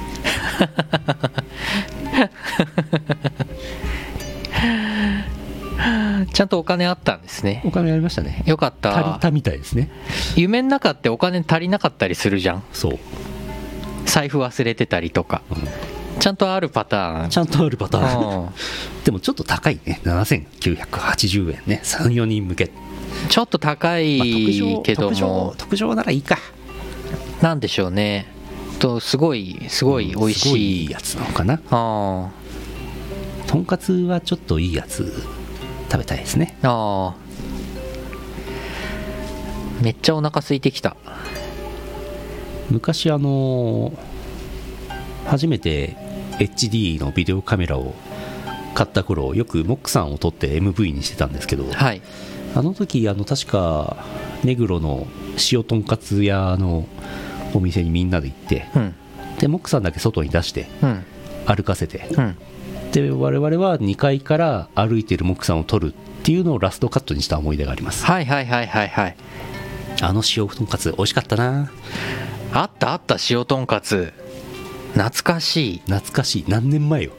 ちゃんとお金あったんですね。 お金ありましたね。 よかった。 足りたみたいですね。 夢の中ってお金足りなかったりするじゃん。 そう、 財布忘れてたりとか、ちゃんとあるパターン。 ちゃんとあるパターンでもちょっと高いね。7980円ね。 3,4 人向け、 ちょっと高いけども、 特上ならいいか。 なんでしょうね。すごい美味しい、 すごいいいやつなのかな。とんかつはちょっといいやつ食べたいですね。 めっちゃお腹空いてきた。 昔初めて HD のビデオカメラを買った頃、よくモックさんを撮って MV にしてたんですけど、 はい、 あの時確か目黒の塩とんかつ屋のお店にみんなで行って、でモックさんだけ外に出して、歩かせて、で我々は2階から歩いてるモックさんを撮るっていうのをラストカットにした思い出があります。 はいはいはいはいはい。 あの塩とんかつ美味しかったな。 あった塩とんかつ懐かしい。 懐かしい。何年前よ。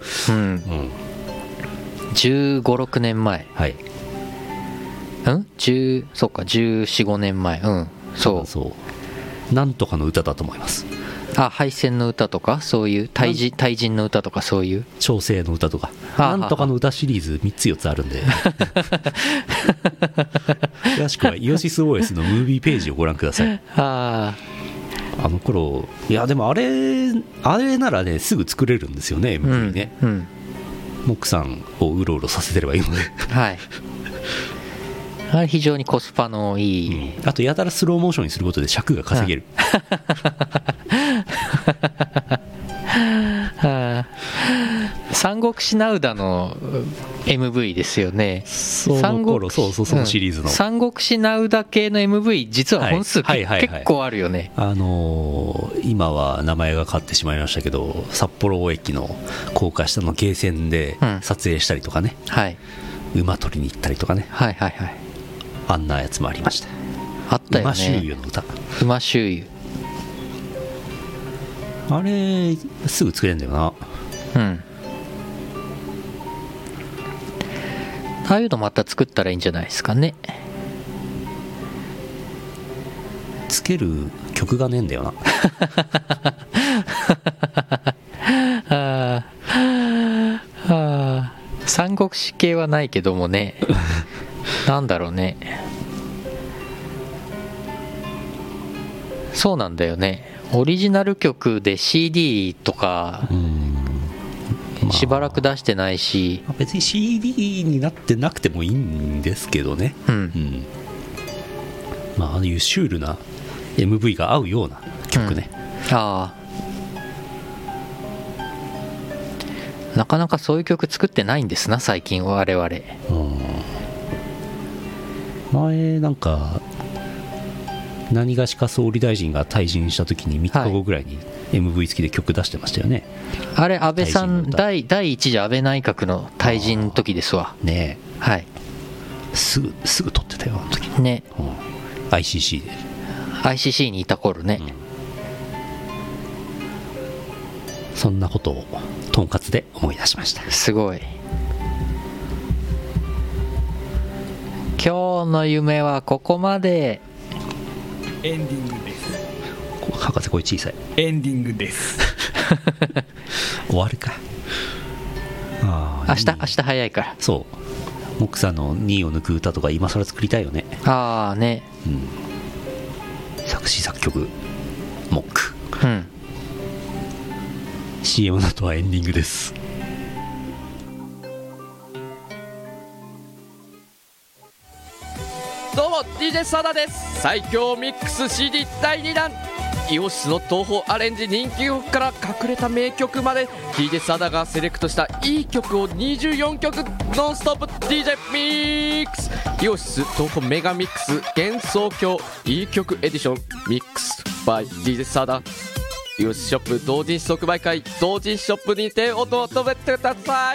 15、6年前。 はい。 そっか、14、15年前。 そうなんとかの歌だと思います。 敗戦の歌とか、そういう対人の歌とか、そういう調整の歌とか、なんとかの歌シリーズ3つ4つあるんで詳しくはイオシス OS のムービーページをご覧ください。あの頃、いやでもあれならねすぐ作れるんですよね、MV ね。モックさんをうろうろさせてればいいのではいあれ非常にコスパのいい、 あとやたらスローモーションにすることで尺が稼げる、 三国志ナウダの MV ですよね。 その頃そうそのシリーズの、 三国志ナウダ系の MV 実は本数、 はいはいはいはい、 結構あるよね。 今は名前が変わってしまいましたけど、札幌駅の高架下のゲーセンで撮影したりとかね、 はい、 馬取りに行ったりとかね、 はいはいはい、 あんなやつもありました。 あったよね、 馬周遊の歌。 馬周遊、 あれすぐ作れるんだよな。 うん、ああいうのまた作ったらいいんじゃないですかね。 つける曲がねえんだよな三国志系はないけどもねなんだろうね。そうなんだよね、オリジナル曲で CD とかしばらく出してないし、 別に CD になってなくてもいいんですけどね、 うん、 ああいうシュールな MV が合うような曲ね、 ああ、なかなかそういう曲作ってないんですな最近我々。 前なんか何がしか総理大臣が退陣した時に3日後ぐらいに MV 付きで曲出してましたよね、 あれ安倍さん第一次安倍内閣の退陣の時ですわねえ、 はい、 すぐ撮ってたよあの時ね、 ICC で ICC にいた頃ね、 そんなことをとんかつで思い出しました。 すごい。今日の夢はここまで。 エンディングです。 博士声小さい。 エンディングです終わるか。 明日早いから。 そうモックさんの2を抜く歌とか今更作りたいよね。 ああね、 作詞作曲モック、CM の後はエンディングです。 どうも DJ サダです。最強ミックス CD 第2弾、イオシスの東宝アレンジ人気曲から隠れた名曲まで DJ サダがセレクトしたいい曲を24曲ノンストップ DJ ミックス、イオシス東宝メガミックス幻想郷いい曲エディションミックス by DJ サダ、イオシスショップ同人誌即売会同人ショップにてお求めてください。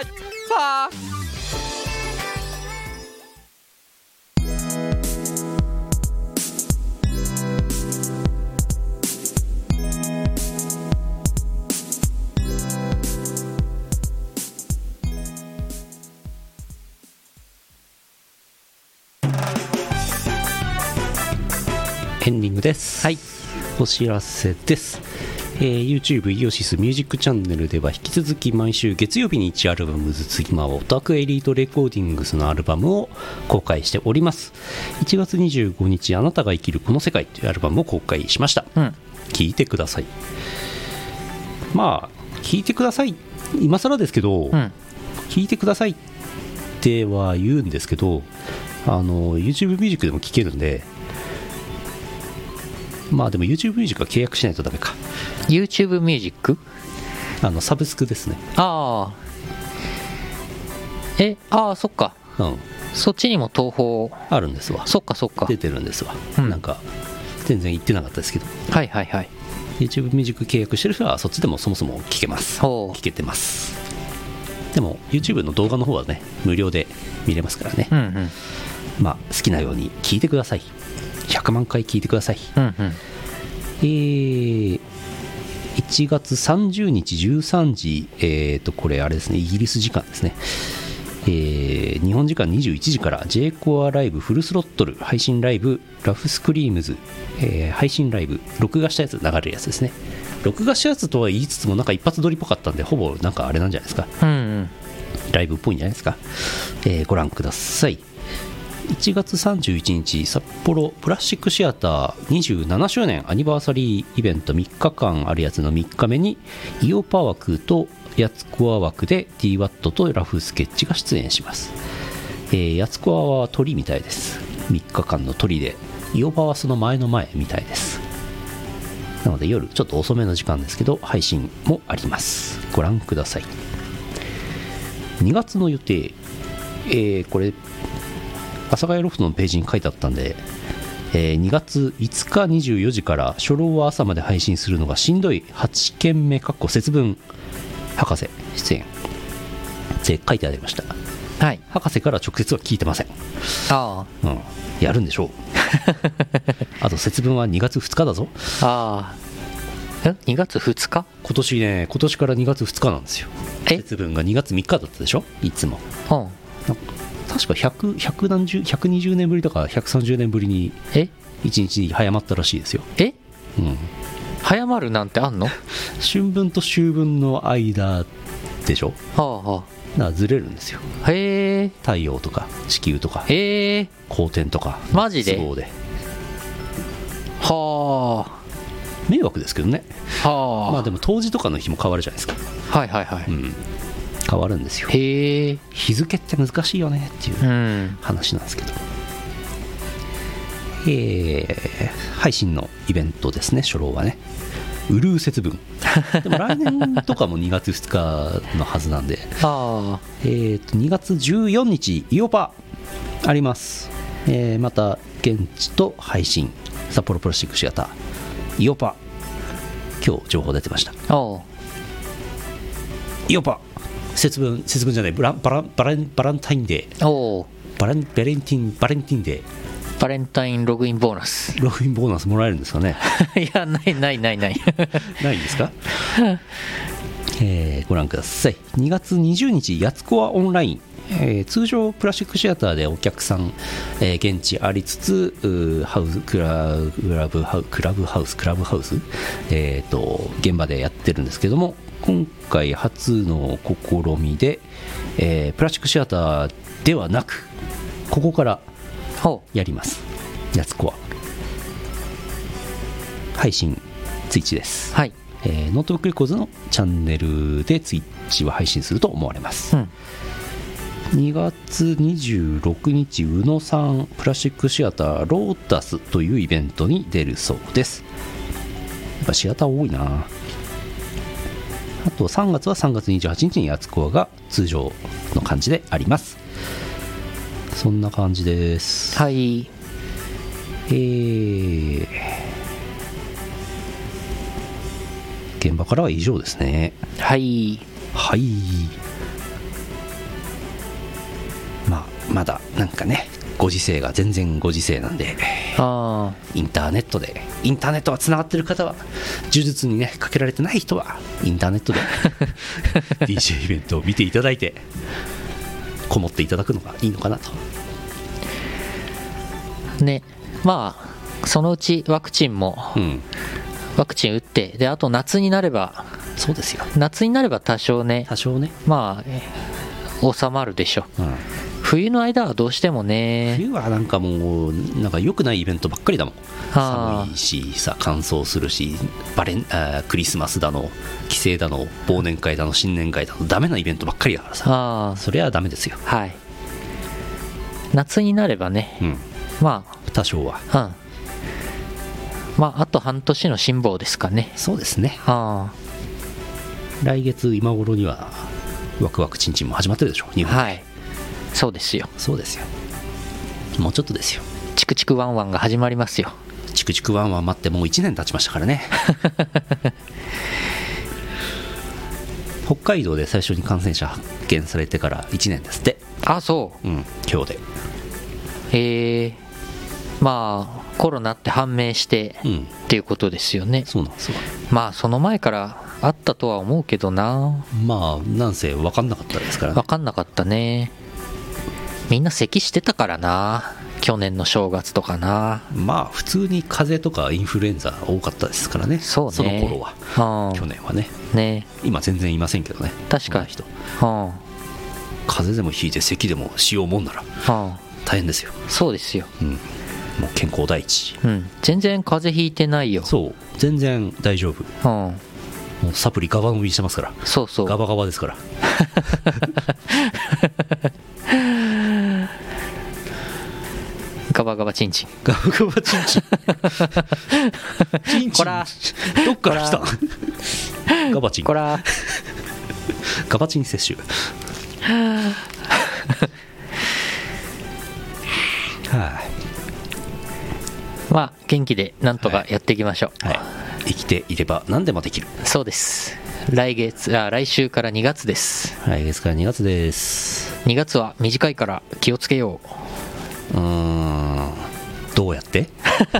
エンディングです。 はい、 お知らせです。YouTube イオシスミュージックチャンネルでは引き続き毎週月曜日に1アルバムずつ今はオタクエリートレコーディングスのアルバムを公開しております。1月25日あなたが生きるこの世界というアルバムを公開しました、聞いてください。聞いてください今更ですけど、聞いてくださいっては言うんですけどYouTube ミュージックでも聴けるんで、でも YouTube ミュージックは契約しないとダメか。 YouTube ミュージックサブスクですね。 そっか、そっちにも東宝あるんですわ。 そっか出てるんですわ、なんか全然言ってなかったですけど、YouTube ミュージック契約してる人はそっちでもそもそも聴けます。聴けてます。でも YouTube の動画の方はね無料で見れますからね、好きなように聴いてください。100万回聴いてください。1月30日13時、これあれですね、イギリス時間ですね、日本時間21時から J コアライブフルスロットル配信ライブラフスクリームズ、配信ライブ録画したやつ流れるやつですね。録画したやつとは言いつつもなんか一発撮りっぽかったんでほぼなんかあれなんじゃないですか、ライブっぽいんじゃないですか、ご覧ください。1月31日札幌プラスチックシアター27周年アニバーサリーイベント3日間あるやつの3日目にイオパ枠とヤツコア枠で DWAT とラフスケッチが出演します。ヤツコアは鳥みたいです。3日間の鳥でイオパはその前の前みたいです。なので夜ちょっと遅めの時間ですけど配信もあります。ご覧ください。 2月の予定、これ阿佐ヶ谷ロフトのページに書いてあったんで、2月5日24時から初老は朝まで配信するのがしんどい8件目節分博士出演って書いてありました。 はい。 博士から直接は聞いてません。 あやるんでしょうあと節分は2月2日だぞ。 あ。2月2日？ 今年から2月2日なんですよ。節分が2月3日だったでしょ、いつも。確か120年ぶりだから130年ぶりに1日に早まったらしいですよ。 早まるなんてあんの？ 春分と秋分の間でしょ。だからずれるんですよ。 へえ。 太陽とか地球とか公転とかマジで？ 都合で。 はあ。 迷惑ですけどね。 はあ。 まあでも冬至とかの日も変わるじゃないですか。 はいはいはい。 変わるんですよ。 へえ。 日付って難しいよねっていう話なんですけど、配信のイベントですね。初老はね、うるう節分でも来年とかも2月2日のはずなんで2月14日イオパあります。また現地と配信、札幌プラスチックシアターイオパ、今日情報出てました。イオパ節分じゃない、バランタインデー、バレンティンデー、 バレンタインログインボーナスもらえるんですかねいや、ないないんですかご覧ください。2月20日やつこはオンライン、通常プラスチックシアターでお客さん、現地ありつつクラブハウス、現場でやってるんですけども、今回初の試みで、プラスチックシアターではなくここからやります。やつこは配信ツイッチです。 はい。 ノートブックレコーズのチャンネルでツイッチは配信すると思われます。2月26日宇野さんプラスチックシアターロータスというイベントに出るそうです。やっぱシアター多いな。あと3月は3月28日にやつこが通常の感じであります。そんな感じです。 はい。 現場からは以上ですね。 はいはい。まだなんかね、ご時世が全然ご時世なんで、インターネットがつながってる方は、呪術にねかけられてない人はインターネットでDJ イベントを見ていただいてこもっていただくのがいいのかなとね。まあそのうちワクチンも、ワクチン打って、であと夏になれば、 そうですよ、 夏になれば多少ねまあ収まるでしょ。冬の間はどうしてもね、 冬はなんかもうなんか良くないイベントばっかりだもん。寒いしさ、乾燥するし、クリスマスだの帰省だの忘年会だの新年会だのダメなイベントばっかりだからさ、それはダメですよ。 はい。夏になればね、まあ多少は、 まああと半年の辛抱ですかね。 そうですね。来月今頃にはワクワクチンチンも始まってるでしょ、日本で。はい、 そうですよ。 もうちょっとですよ。 チクチクワンワンが始まりますよ。 チクチクワンワン待ってもう1年経ちましたからね北海道で最初に感染者発見されてから1年ですって。 そう、 今日で。まあコロナって判明して、っていうことですよね。 そうなんですよ。 まあその前からあったとは思うけどな。 まあなんせ分かんなかったですからね。 分かんなかったね。みんな咳してたからな、去年の正月とかな。 まあ普通に風邪とかインフルエンザ多かったですからね。 そうね、 その頃は、去年はね。今全然いませんけどね。 確かに人、風邪でもひいて咳でもしようもんなら、大変ですよ。 そうですよ、 もう健康第一。 全然風邪ひいてないよ。 そう、全然大丈夫。もうサプリガバ飲みしてますから。 そうそう、 ガバガバですからガバガバチンチン、 ガバガバチンチンチンチン、どっから来たガバチン、 こらガバチン摂取まあ元気でなんとかやっていきましょう。 はい、生きていれば何でもできる。 そうです。来週から2月です。 来月から2月です。 2月は短いから気をつけよう。 どうやって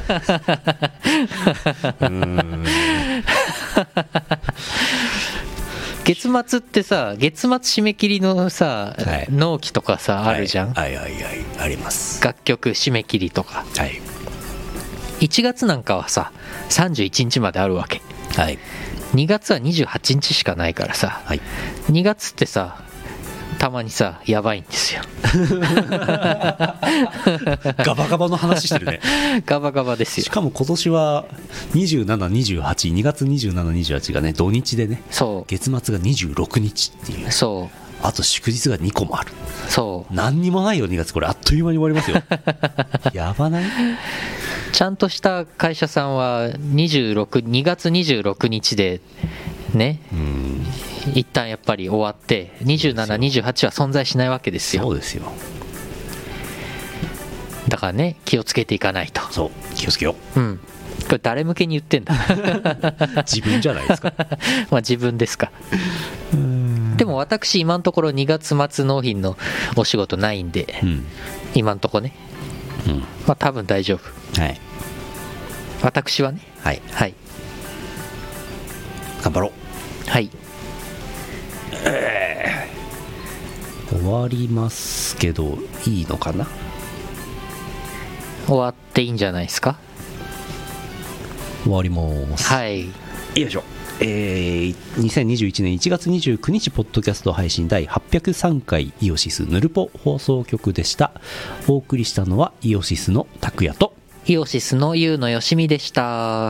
月末ってさ、月末締め切りのさ、はい、納期とかさ、あるじゃん。 はいはいはい、あります。 楽曲締め切りとか、 はい、 1月なんかはさ31日まであるわけ。 はい、 2月は28日しかないからさ、はい、2月ってさたまにさやばいんですよ。 ガバガバの話してるね。 ガバガバですよ。 しかも今年は2月27、28がね土日でね、 そう月末が26日っていう、 そうあと祝日が2個もある。 そう何にもないよ2月。これあっという間に終わりますよ。やばない？ ちゃんとした会社さんは2月26日でね、一旦やっぱり終わって27、28は存在しないわけですよ。 そうですよ。 だからね、気をつけていかないと。 そう、気をつけよう。これ誰向けに言ってんだ。 自分じゃないですか。 まあ自分ですか。でも私今のところ2月末納品のお仕事ないんで、今のところね、まあ多分大丈夫。 はい。 私はね。 はいはい。 頑張ろう。はい。 終わりますけどいいのかな。 終わっていいんじゃないですか。 終わります。 はい。 よいしょ。2021年1月29日ポッドキャスト配信第803回イオシスヌルポ放送局でした。お送りしたのはイオシスの拓也とイオシスのゆうのよしみでした。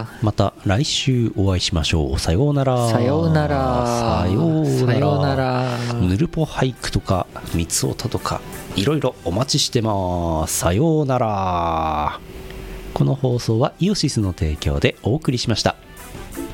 また来週お会いしましょう。さようなら。 さようなら。 さようなら。 さようなら。 ヌルポ俳句とかみつおたとかいろいろお待ちしてます。さようなら。この放送はイオシスの提供でお送りしました。